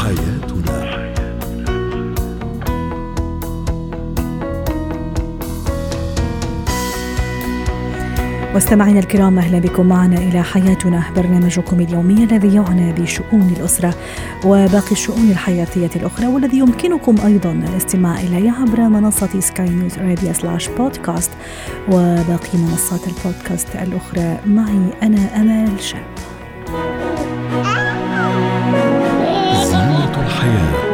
حياتنا. مستمعينا الكرام، أهلا بكم معنا إلى حياتنا، برنامجكم اليومي الذي يعنى بشؤون الأسرة وباقي الشؤون الحياتية الأخرى، والذي يمكنكم أيضا الاستماع إليه عبر منصة سكاي نيوز أرابيا /بودكاست وباقي منصات البودكاست الأخرى. معي أنا أمال شاب. زينة الحياة.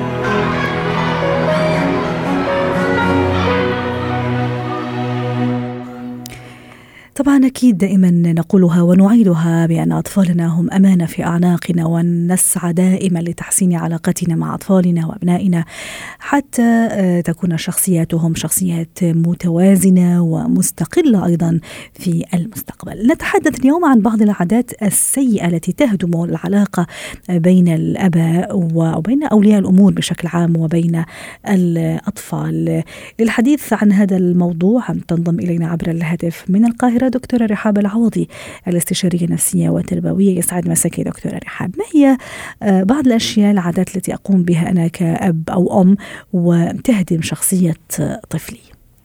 طبعا أكيد دائما نقولها ونعيدها بأن أطفالنا هم أمانة في أعناقنا، ونسعى دائما لتحسين علاقتنا مع أطفالنا وأبنائنا حتى تكون شخصياتهم شخصيات متوازنة ومستقلة أيضا في المستقبل. نتحدث اليوم عن بعض العادات السيئة التي تهدم العلاقة بين الآباء وبين أولياء الأمور بشكل عام وبين الأطفال. للحديث عن هذا الموضوع تنضم إلينا عبر الهاتف من القاهرة دكتورة رحاب العوضي، الاستشارية النفسية والتربوية. يسعد مساكي دكتورة رحاب. ما هي بعض الأشياء العادات التي أقوم بها أنا كأب أو أم وتهدم شخصية طفلي؟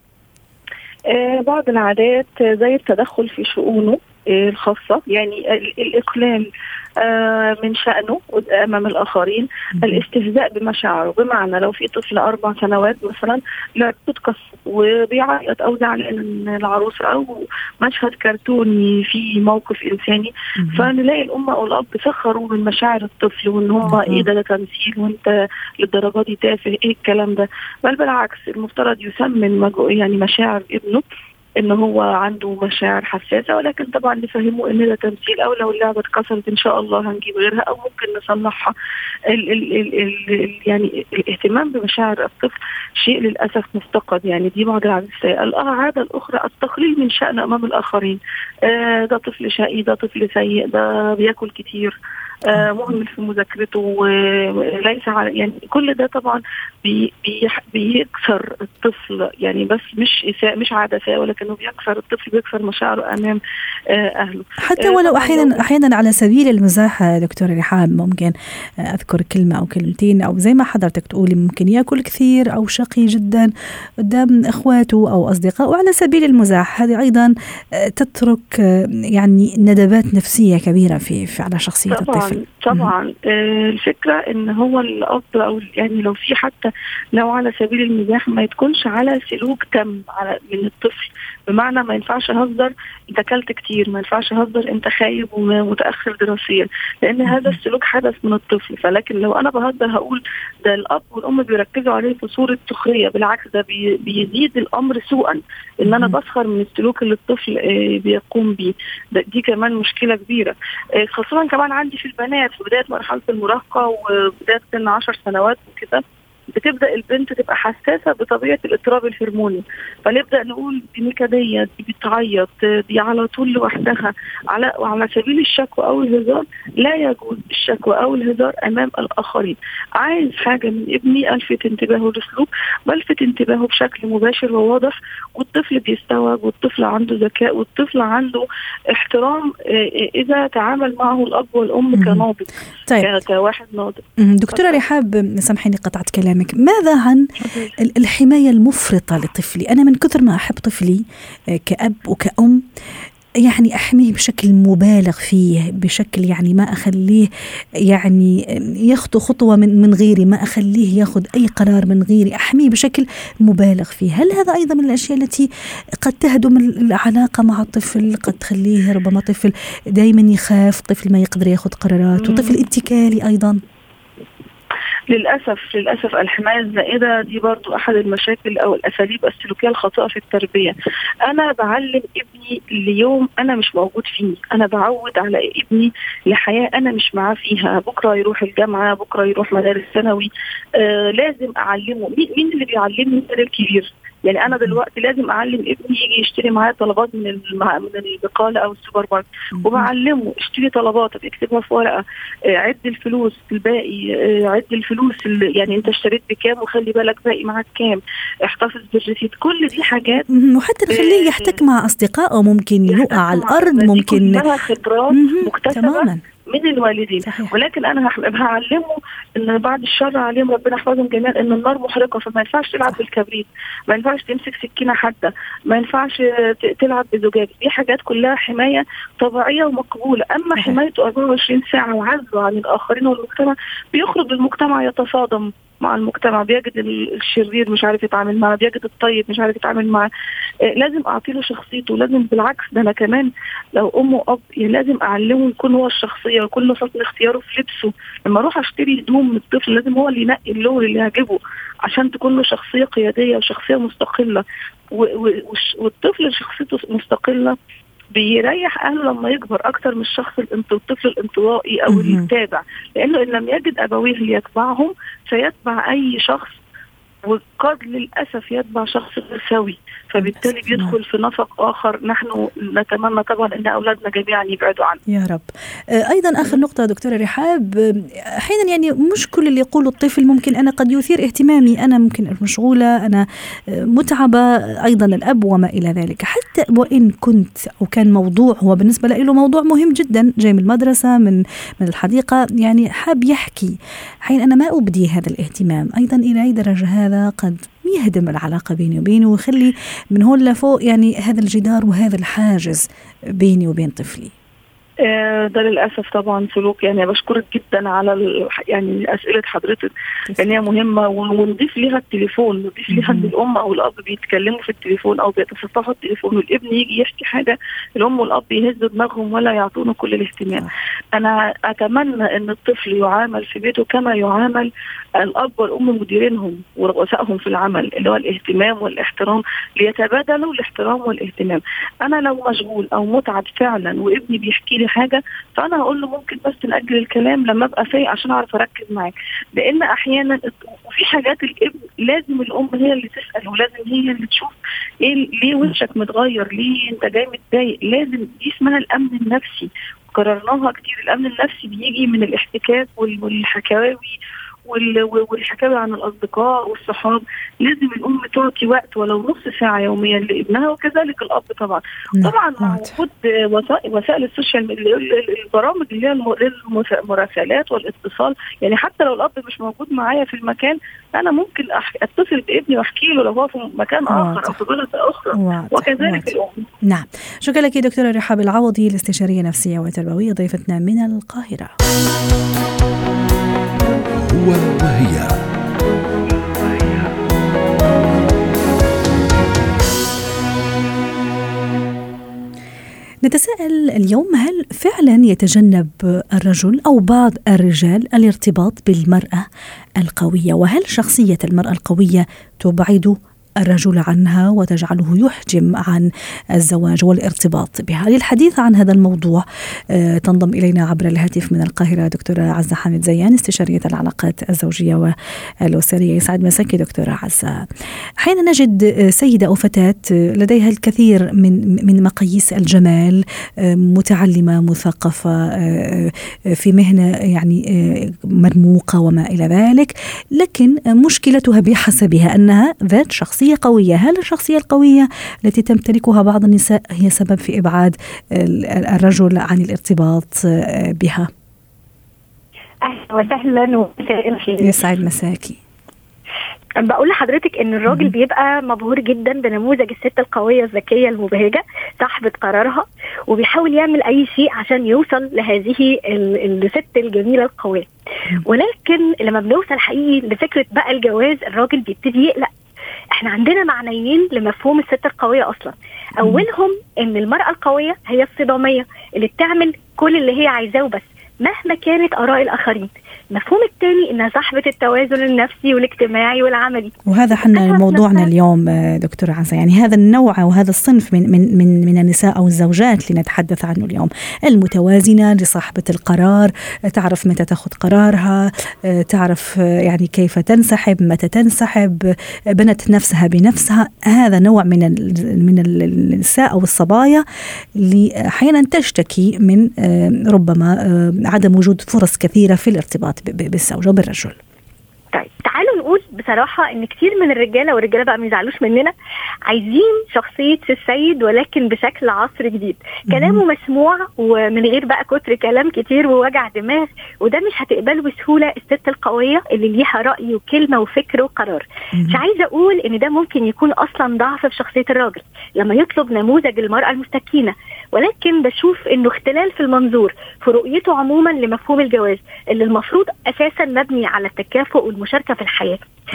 بعض العادات زي التدخل في شؤونه الخاصة، يعني الإقلال من شأنه أمام الآخرين، الاستهزاء بمشاعره. بمعنى لو في طفل 4 سنوات مثلا لا تتكسر وبيعيط أو زعلان من العروسة أو مشهد كرتوني في موقف إنساني، فنلاقي الأم أو الأب سخروا من مشاعر الطفل وإن هم إيه ده تمثيل وإنت للدرجة دي تافه، إيه الكلام ده. بل بالعكس، المفترض يسمن يعني مشاعر ابنه إنه هو عنده مشاعر حساسة، ولكن طبعا نفهمه إن ده تمثيل، أو لو اللعبة اتكسرت إن شاء الله هنجيب غيرها أو ممكن نصلحها. يعني الاهتمام بمشاعر الطفل شيء للأسف مفتقد. يعني دي بعض العادات السيئة. العادة الأخرى التقليل من شأن أمام الآخرين. ده طفل شقي، ده طفل سيء، ده بيأكل كتير، مهمل في مذاكرته، وليس يعني كل ده طبعا بيكسر الطفل. يعني بس مش إساءة، مش عادة سيئة، ولكنه بيكسر الطفل، بيكسر مشاعره أمام أهله. حتى ولو أحيانا على سبيل المزاح دكتورة رحاب، ممكن أذكر كلمة أو كلمتين، أو زي ما حضرتك تقولي ممكن يأكل كثير أو شقي جدا قدام إخواته أو أصدقائه، وعلى سبيل المزاح هذه أيضا تترك يعني ندبات نفسية كبيرة في على شخصية الطفل. طبعا الفكرة ان هو الاب او يعني لو في حتى لو على سبيل المزاح ما يتكونش على سلوك تم من الطفل. بمعنى ما ينفعش اهزر انت اكلت كتير، ما ينفعش اهزر انت خايب ومتاخر دراسيا، لان هذا السلوك حدث من الطفل. فلكن لو انا بهزر هقول ده الاب والام بيركزوا عليه في صورة سخرية، بالعكس ده بيزيد الامر سوءا ان انا بسخر من السلوك اللي الطفل بيقوم به. دي كمان مشكلة كبيرة، خاصة كمان عندي في البنات في بداية مرحلة المراهقة وبداية سن 10 سنوات وكده. بتبدأ البنت تبقى حساسة بطبيعة الاضطراب الهرموني، فنبدأ نقول دي نكدية، دي بتعيط، دي على طول لوحدها. وعلى سبيل الشكوى أو الهزار لا يجوز الشكوى أو الهزار أمام الآخرين. عايز حاجة من ابني ألفت انتباهه لسلوك، بلفت انتباهه بشكل مباشر وواضح، والطفل بيستوعب، والطفل عنده ذكاء، والطفل عنده احترام إذا تعامل معه الأب والأم كناضج. طيب. كواحد ناضج. دكتورة رحاب، سامحيني قطعت كلامك، ماذا عن الحماية المفرطة لطفلي؟ أنا من كثر ما أحب طفلي كأب وكأم يعني أحميه بشكل مبالغ فيه، بشكل يعني ما أخليه يعني يخطو خطوة من غيري، ما أخليه ياخذ أي قرار من غيري، أحميه بشكل مبالغ فيه. هل هذا أيضا من الأشياء التي قد تهدم العلاقة مع الطفل؟ قد تخليه ربما طفل دايما يخاف، طفل ما يقدر ياخذ قرارات، وطفل اتكالي أيضا. للأسف الحماية الزائدة دي برضو أحد المشاكل أو الأساليب السلوكية الخاطئة في التربية. أنا بعلم ابني ليوم أنا مش موجود فيه، أنا بعود على ابني لحياة أنا مش معاه فيها. بكرة يروح الجامعة، بكرة يروح مدارس ثانوي، لازم أعلمه. مين اللي بيعلمني؟ الكبير. يعني أنا دلوقتي لازم أعلم ابني يجي يشتري معايا طلبات من البقالة أو السوبر ماركت، وبعلمه اشتري طلباتك، اكتبها في ورقة، عد الفلوس الباقي، عد الفلوس يعني أنت اشتريت بكام وخلي بالك باقي معاك كام، احتفظ بالريسيت. كل دي حاجات وحتى نخليه يحتك مع أصدقائه، ممكن يوقع على الأرض، ممكن كلها خبرات مكتسبة من الوالدين. صحيح. ولكن انا هعلمه ان بعد الشر عليهم ربنا يحفظهم جميعا ان النار محرقه، فما ينفعش تلعب بالكبريت، ما ينفعش تمسك سكينه حاده، ما ينفعش تلعب بزجاج. دي حاجات كلها حمايه طبيعيه ومقبوله. اما حمايته 24 ساعه وعزله عن الاخرين والمجتمع، بيخرج المجتمع يتصادم مع المجتمع، بيجد الشرير مش عارف يتعامل معه، بيجد الطيب مش عارف يتعامل معه. لازم اعطيله شخصيته، لازم بالعكس ده انا كمان لو ام واب يعني لازم اعلمه يكون هو الشخصيه ويكون له فضل اختياره في لبسه. لما اروح اشتري هدوم من الطفل لازم هو اللي ينقي اللون اللي يعجبه عشان تكون له شخصيه قياديه وشخصيه مستقله. والطفل شخصيته مستقله بيريح اهله لما يكبر اكتر من الطفل الانطوائي او اللي يتابع، لانه ان لم يجد ابويه ليتبعهم سيتبع اي شخص، وقد للاسف يتبع شخص غير سوي، فبالتالي بيدخل في نفق اخر. نحن نتمنى طبعا ان اولادنا جميعا يبعدوا عنه يا رب. ايضا اخر نقطه دكتوره رحاب، احيانا يعني مش كل اللي يقوله الطفل ممكن انا قد يثير اهتمامي، انا ممكن مشغوله، انا متعبه، ايضا الاب وما الى ذلك. حتى وان كنت او كان موضوع هو بالنسبه له موضوع مهم جدا، جاي من المدرسه من الحديقه، يعني حاب يحكي، حين انا ما ابدي هذا الاهتمام، ايضا الى اي درجه هذا قد يهدم العلاقة بيني وبينه ويخلي من هون لفوق يعني هذا الجدار وهذا الحاجز بيني وبين طفلي. ده للأسف طبعا سلوك. يعني بشكرك جدا على يعني أسئلة حضرتك، لأن هي مهمة، ونضيف ليها التليفون، نضيف ليها أن الأم أو الأب بيتكلموا في التليفون أو بيتصفحوا التليفون، والابن يجي يحكي حاجة الأم والأب يهزوا دماغهم ولا يعطونه كل الاهتمام. أنا أتمنى أن الطفل يعامل في بيته كما يعامل الأب والأم مديرينهم ورؤسائهم في العمل، اللي هو الاهتمام والاحترام، ليتبادلوا الاحترام والاهتمام. أنا لو مشغول أو متعب فعلا وابني بيحكي لي حاجة، فأنا هقول له ممكن بس نأجل الكلام لما أبقى فايق عشان أعرف أركز معاك. لأن أحيانا وفي حاجات الابن لازم الأم هي اللي تسأل، ولازم هي اللي تشوف إيه ليه وشك متغير، ليه أنت جاي متضايق. لازم دي اسمها الأمن النفسي، قررناها كتير. الأمن النفسي بيجي من الاحتكاك والحكاوي والحكاوي عن الأصدقاء والصحاب. لازم الأم تعطي وقت ولو نص ساعة يوميا لابنها، وكذلك الأب طبعا. طبعا مع وجود وسائل السوشيال ميديا، البرامج اللي هي المراسلات والاتصال، يعني حتى لو الأب مش موجود معايا في المكان، أنا ممكن أتصل بابني وأحكي له لو هو في مكان آخر أو في بلد أخرى، وكذلك الأم. نعم، شكرا لك دكتورة رحاب العوضي، الاستشارية نفسية وتربوية، ضيفتنا من القاهرة. هو وهي. نتساءل اليوم، هل فعلا يتجنب الرجل أو بعض الرجال الارتباط بالمرأة القوية؟ وهل شخصية المرأة القوية تبعد الرجل عنها وتجعله يحجم عن الزواج والارتباط بها؟ للحديث عن هذا الموضوع تنضم إلينا عبر الهاتف من القاهرة دكتورة عزة حامد زيان، استشارية العلاقات الزوجية والأسرية. يسعد مساكي دكتورة عزة. حين نجد سيدة أو فتاة لديها الكثير من مقاييس الجمال، متعلمة مثقفة في مهنة يعني مرموقة وما إلى ذلك، لكن مشكلتها بحسبها أنها ذات شخصية قوية. هل الشخصية القوية التي تمتلكها بعض النساء هي سبب في إبعاد الرجل عن الارتباط بها؟ أهلا وسهلا ومساء الخير. يسعد مساكي. بقول لحضرتك ان الراجل بيبقى مبهور جدا بنموذج الست القوية الذكية المبهجة صاحبة قرارها، وبيحاول يعمل اي شيء عشان يوصل لهذه الست الجميلة القوية. ولكن لما بنوصل حقيقي لفكرة بقى الجواز، الراجل بيبتدي يقلق. احنا عندنا معنيين لمفهوم الست القوية اصلا. اولهم ان المرأة القوية هي الصدامية اللي بتعمل كل اللي هي عايزاه وبس مهما كانت آراء الآخرين. المفهوم الثاني إنها صاحبة التوازن النفسي والاجتماعي والعملي. وهذا حنا موضوعنا اليوم دكتورة عزة، يعني هذا النوع وهذا الصنف من النساء أو الزوجات اللي نتحدث عنه اليوم، المتوازنة لصاحبة القرار، تعرف متى تأخذ قرارها، تعرف يعني كيف تنسحب، متى تنسحب، بنت نفسها بنفسها. هذا نوع من النساء أو الصبايا اللي أحيانا تشتكي من ربما عدم وجود فرص كثيرة في الارتباط بالزوجة وبالرجل. طيب تعالوا نقول بصراحة ان كتير من الرجالة، والرجالة بقى ما يزعلوش مننا، عايزين شخصية السيد ولكن بشكل عصر جديد، كلامه مسموع ومن غير بقى كتر كلام كتير ووجع دماغ، وده مش هتقبله بسهولة الست القوية اللي ليها رأي وكلمة وفكر وقرار. مش عايزة اقول ان ده ممكن يكون اصلا ضعف في شخصية الراجل لما يطلب نموذج المرأة المستكينة، ولكن بشوف انه اختلال في المنظور في رؤيته عموما لمفهوم الجواز اللي المفروض اساسا مبني على التكافؤ والمشاركة في الحياة.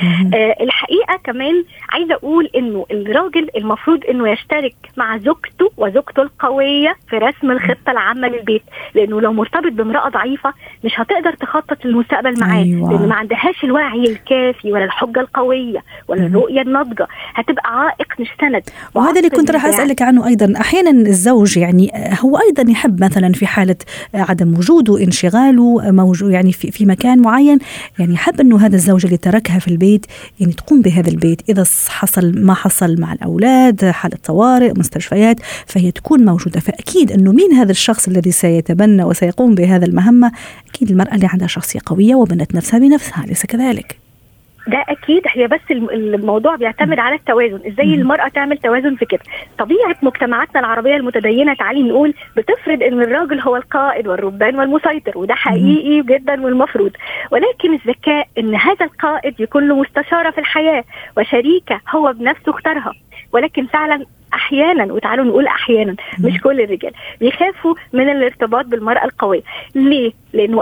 الحقيقة كمان عايزة اقول انه الراجل المفروض انه يشترك مع زوجته وزوجته القوية في رسم الخطة العامة للبيت، لانه لو مرتبط بامرأة ضعيفة مش هتقدر تخطط للمستقبل معاه. لان ما عندهاش الوعي الكافي ولا الحجة القوية ولا الرؤية الناجة، هتبقى عائق مش سند. وهذا اللي كنت راح أسألك عنه أيضا. أحيانا الزوج يعني هو أيضا يحب مثلا في حالة عدم وجوده، انشغاله موجود يعني في مكان معين، يعني يحب أنه هذا الزوج اللي تركها في البيت يعني تقوم بهذا البيت، إذا حصل ما حصل مع الأولاد، حالة طوارئ، مستشفيات، فهي تكون موجودة. فأكيد أنه مين هذا الشخص الذي سيتبنى وسيقوم بهذا المهمة؟ أكيد المرأة اللي عندها شخصية قوية وبنت نفسها بنفسها، أليس كذلك؟ ده اكيد. هي بس الموضوع بيعتمد على التوازن، ازاي المرأة تعمل توازن في كده. طبيعة مجتمعاتنا العربية المتدينة تعالي نقول بتفرض ان الراجل هو القائد والربان والمسيطر، وده حقيقي جدا والمفروض، ولكن الذكاء ان هذا القائد يكون له مستشارة في الحياة وشريكة هو بنفسه اختارها. ولكن فعلا احيانا، وتعالوا نقول احيانا مش كل الرجال، بيخافوا من الارتباط بالمرأة القوية. ليه؟ لانه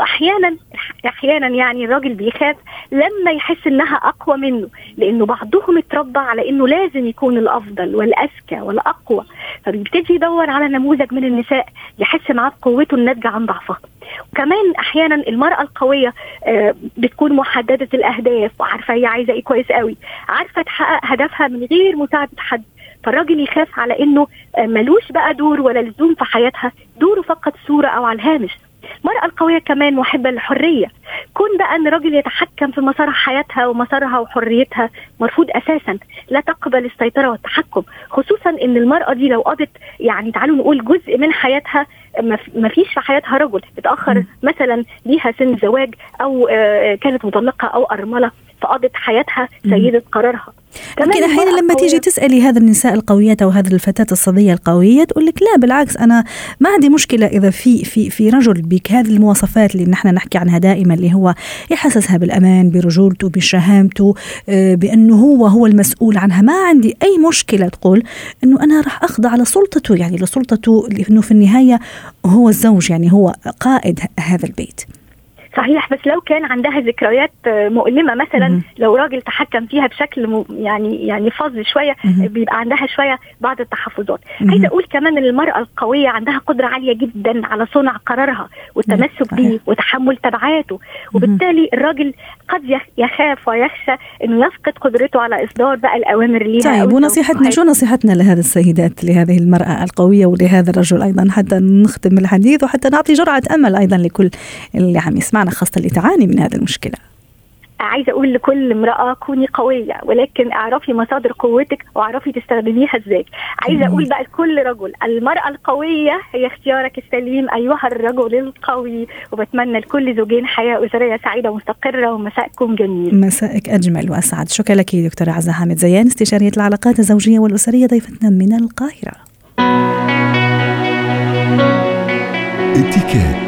احيانا يعني الراجل بيخاف لما يحس انها اقوى منه، لانه بعضهم اتربى على انه لازم يكون الافضل والاذكى والاقوى، فبيبتدي يدور على نموذج من النساء يحس معاه بقوته الناتجة عن ضعفها. وكمان احيانا المرأة القوية بتكون محددة الاهداف وعارفة هي عايزة ايه كويس قوي، عارفة تحقق هدفها من غير مساعدة حد، فالراجل يخاف على انه ملوش بقى دور ولا لزوم في حياتها، دوره فقط صورة او على الهامش. المرأة القوية كمان محبة للحرية، كون بقى ان الراجل يتحكم في مسار حياتها ومسارها وحريتها مرفوض اساسا، لا تقبل السيطرة والتحكم، خصوصا ان المرأة دي لو قضت يعني تعالوا نقول جزء من حياتها ما فيش في حياتها رجل، اتأخر مثلا ليها سن زواج او كانت مطلقة او ارملة، فقضت حياتها سيدة قرارها. لكن أحيانا لما تيجي تسألي هذا النساء القويات أو هذا الفتاة الصبية القوية تقول لك لا بالعكس، أنا ما عندي مشكلة إذا في رجل بهذه المواصفات اللي نحن نحكي عنها دائما، اللي هو يحسسها بالأمان، برجولته، بشهامته، بأنه هو المسؤول عنها، ما عندي أي مشكلة. تقول أنه أنا راح أخضع لسلطته، يعني لسلطته، لأنه في النهاية هو الزوج، يعني هو قائد هذا البيت. صحيح، بس لو كان عندها ذكريات مؤلمة مثلا، لو راجل تحكم فيها بشكل يعني فظ شوية، بيبقى عندها شوية بعض التحفظات. عايزة أقول كمان أن المرأة القوية عندها قدرة عالية جدا على صنع قرارها والتمسك به وتحمل تبعاته، وبالتالي الراجل قد يخاف ويخشى أنه يفقد قدرته على إصدار بقى الأوامر ليها. طيب، ونصيحتنا شو نصيحتنا لهذه السيدات، لهذه المرأة القوية ولهذا الرجل أيضا، حتى نختم الحديث وحتى نعطي جرعة أمل أيضا لكل اللي عم يسمعنا، خاصة اللي تعاني من هذه المشكلة؟ عايزة أقول لكل امرأة كوني قوية، ولكن اعرفي مصادر قوتك واعرفي تستخدميها ازاي. عايزة أقول بقى لكل رجل، المرأة القوية هي اختيارك السليم أيها الرجل القوي. وبتمنى لكل زوجين حياة أسرية سعيدة ومستقرة، ومساءكم جميل. مساءك أجمل وأسعد. شكرا لك دكتورة عزة حامد زيان، استشارية العلاقات الزوجية والأسرية، ضيفتنا من القاهرة. اتيكيت.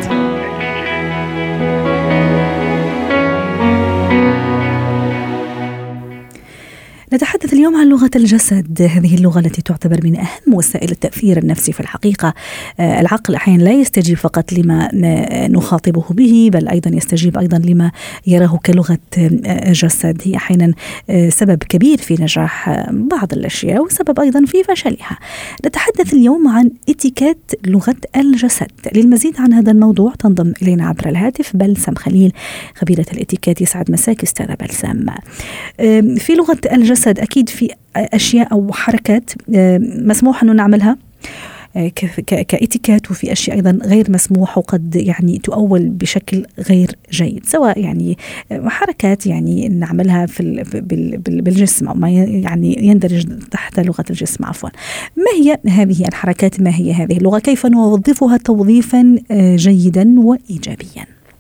نتحدث اليوم عن لغة الجسد، هذه اللغة التي تعتبر من أهم وسائل التأثير النفسي في الحقيقة. العقل أحيانا لا يستجيب فقط لما نخاطبه به، بل أيضا يستجيب أيضا لما يراه كلغة جسد. هي أحيانا سبب كبير في نجاح بعض الأشياء وسبب أيضا في فشلها. نتحدث اليوم عن اتيكيت لغة الجسد. للمزيد عن هذا الموضوع تنضم إلينا عبر الهاتف بلسم خليل، خبيرة الاتيكيت. يسعد مساك أستاذة بلسم. في لغة الجسد أكيد في أشياء أو حركات مسموح أنه نعملها كإتيكيت، وفي أشياء أيضا غير مسموح وقد يعني تؤول بشكل غير جيد، سواء يعني حركات يعني نعملها بالجسم أو ما يعني يندرج تحت لغة الجسم عفوا. ما هي هذه الحركات؟ ما هي هذه اللغة؟ كيف نوظفها توظيفا جيدا وإيجابيا؟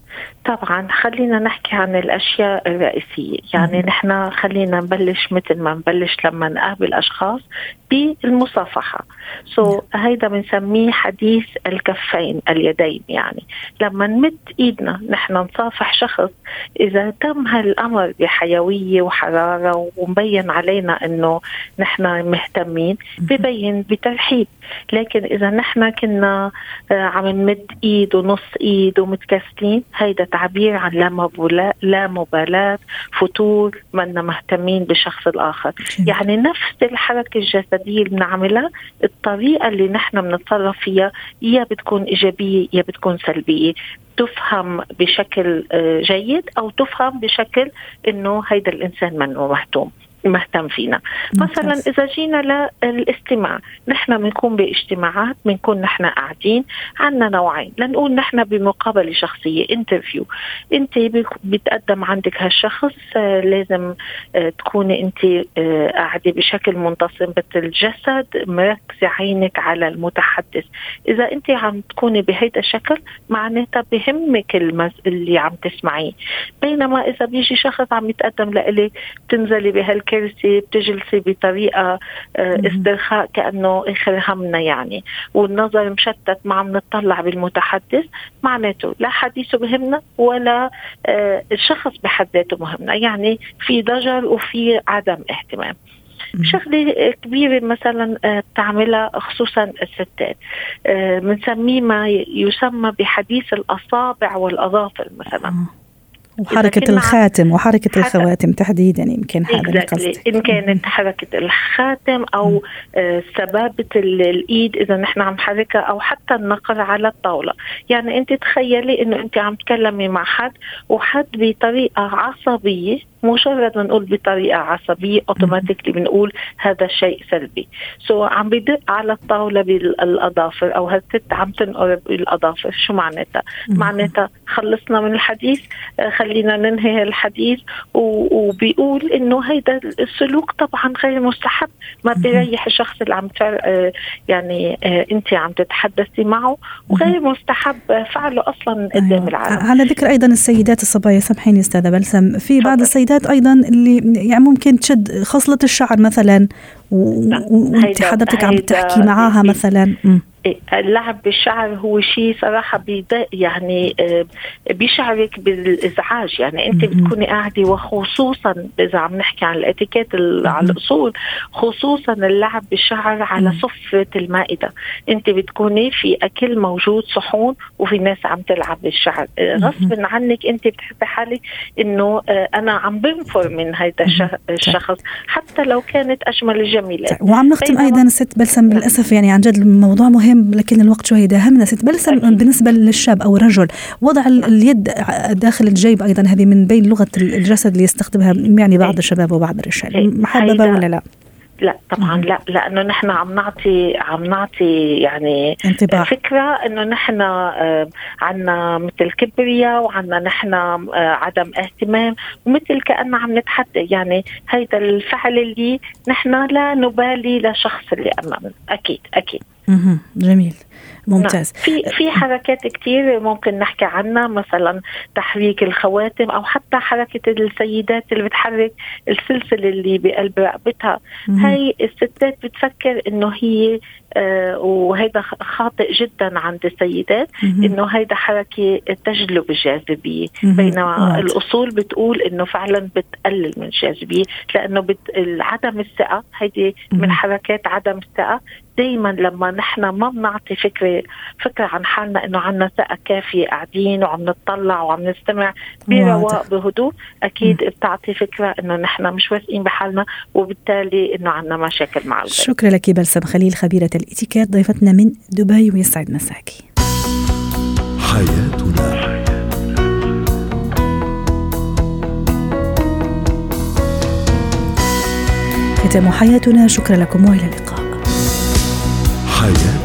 طبعا خلينا نحكي عن الأشياء الرئيسية. يعني نحن خلينا نبلش مثل ما نبلش لما نقابل أشخاص بالمصافحة. هيدا بنسميه حديث الكفين اليدين. يعني لما نمد إيدنا نحن نصافح شخص، إذا تم هالأمر بحيوية وحرارة ومبين علينا إنه نحن مهتمين ببين بترحيب. لكن إذا نحن كنا عم نمد إيد ونص إيد ومتكسلين، هيدا تعبير عن لا مبالاة، فتور، منا مهتمين بالشخص الآخر. يعني نفس الحركة الجسدية اللي بنعملها، الطريقة اللي نحن بنتصرف فيها يا بتكون إيجابية يا بتكون سلبية، تفهم بشكل جيد أو تفهم بشكل إنه هيدا الإنسان منه مهتم فينا. مثلا إذا جينا للاستماع، نحن بنكون باجتماعات، بنكون نحن قاعدين عنا نوعين، لنقول نحن بمقابلة شخصية انترفيو، انت بتقدم عندك هالشخص، لازم تكوني انت قاعدة بشكل منتصب الجسد، مركزة عينك على المتحدث. إذا انت عم تكوني بهيدا الشكل معناتها بهمك اللي عم تسمعيه. بينما إذا بيجي شخص عم يتقدم لإلك، تنزلي بهالكرسي، بتجلسي بطريقة استرخاء كأنه آخر همنا يعني، والنظر مشتت، ما عم نطلع بالمتحدث، معناته لا حديثه بهمنا ولا الشخص بحد ذاته مهمنا. يعني في ضجر وفي عدم اهتمام. شغلة كبيرة مثلا تعملها خصوصا الستات، بنسميه ما يسمى بحديث الأصابع والأظافر مثلا، وحركة الخاتم وحركة الخواتم تحديدا. يمكن هذا القصد، إن كانت حركة الخاتم أو سبابة الإيد إذا نحن عم حركة، أو حتى النقر على الطاولة. يعني أنت تخيلي إنه أنت عم تكلمي مع حد وحد بطريقة عصبية، مجرد ما نقول بطريقة عصبية أوتوماتيكلي بنقول هذا شيء سلبي. عم بدق على الطاولة بالأظافر، أو هالست عم تنقر بالأظافر. شو معناتها؟ معناتها خلصنا من الحديث، خلينا ننهي الحديث. وبيقول إنه هيدا السلوك طبعا غير مستحب، ما بيريح الشخص اللي عم يعني أنت عم تتحدثي معه، وغير مستحب فعله أصلا قدام العالم. على ذكر أيضا السيدات الصبايا، سامحيني أستاذة بلسم، في بعض السيدات أيضا اللي يعني ممكن تشد خصلة الشعر مثلا، وانت حضرتك عم تحكي معاها مثلا. اللعب بالشعر هو شيء صراحة يعني بيشعرك بالإزعاج. يعني أنت بتكوني قاعدة، وخصوصا إذا عم نحكي عن الاتيكيت على الأصول، خصوصا اللعب بالشعر على صفة المائدة. أنت بتكوني في أكل موجود صحون وفي ناس عم تلعب بالشعر، غصب عنك أنت بتحسي حالك إنه أنا عم بنفر من هيدا الشخص حتى لو كانت أجمل الجميلات. وعم نختم أيضا ست بلسم، للأسف يعني عن جد الموضوع مهم، لكن الوقت شوي داهمنا. ست بلسم، بالنسبة للشاب أو الرجل، وضع اليد داخل الجيب أيضا، هذه من بين لغة الجسد اللي يستخدمها يعني بعض الشباب وبعض الرجال، محببة ولا لا؟ لا طبعا لا، لأنه نحن عم نعطي يعني انطباع. فكرة إنه نحن عنا مثل كبرياء، وعنا نحن عدم اهتمام، ومثل كأننا عم نتحدى. يعني هيدا الفعل اللي نحن لا نبالي لشخص اللي أمامنا. أكيد. جميل، ممتاز. في حركات كتير ممكن نحكي عنها، مثلا تحريك الخواتم، أو حتى حركة السيدات اللي بتحرك السلسلة اللي بقلب رقبتها. هاي الستات بتفكر إنه هي وهيدا خاطئ جدا عند السيدات، إنه هيدا حركة تجلب الجاذبية، بينما الأصول بتقول إنه فعلا بتقلل من الجاذبية، لأنه عدم الثقة هيدي من حركات عدم الثقة. دايما لما نحن ما بنعطي فكرة عن حالنا إنه عنا ثقة كافية، قاعدين وعم نتطلع وعم نستمع برواق بهدوء، أكيد بتعطي فكرة إنه نحن مش واثقين بحالنا، وبالتالي إنه عنا مشاكل مع الغير. شكرا لك بلسم خليل، خبيرة الاتيكيت، ضيفتنا من دبي، ويسعد مساكي. حياتنا. ختام حياتنا، شكرا لكم وإلى اللقاء. حياتنا.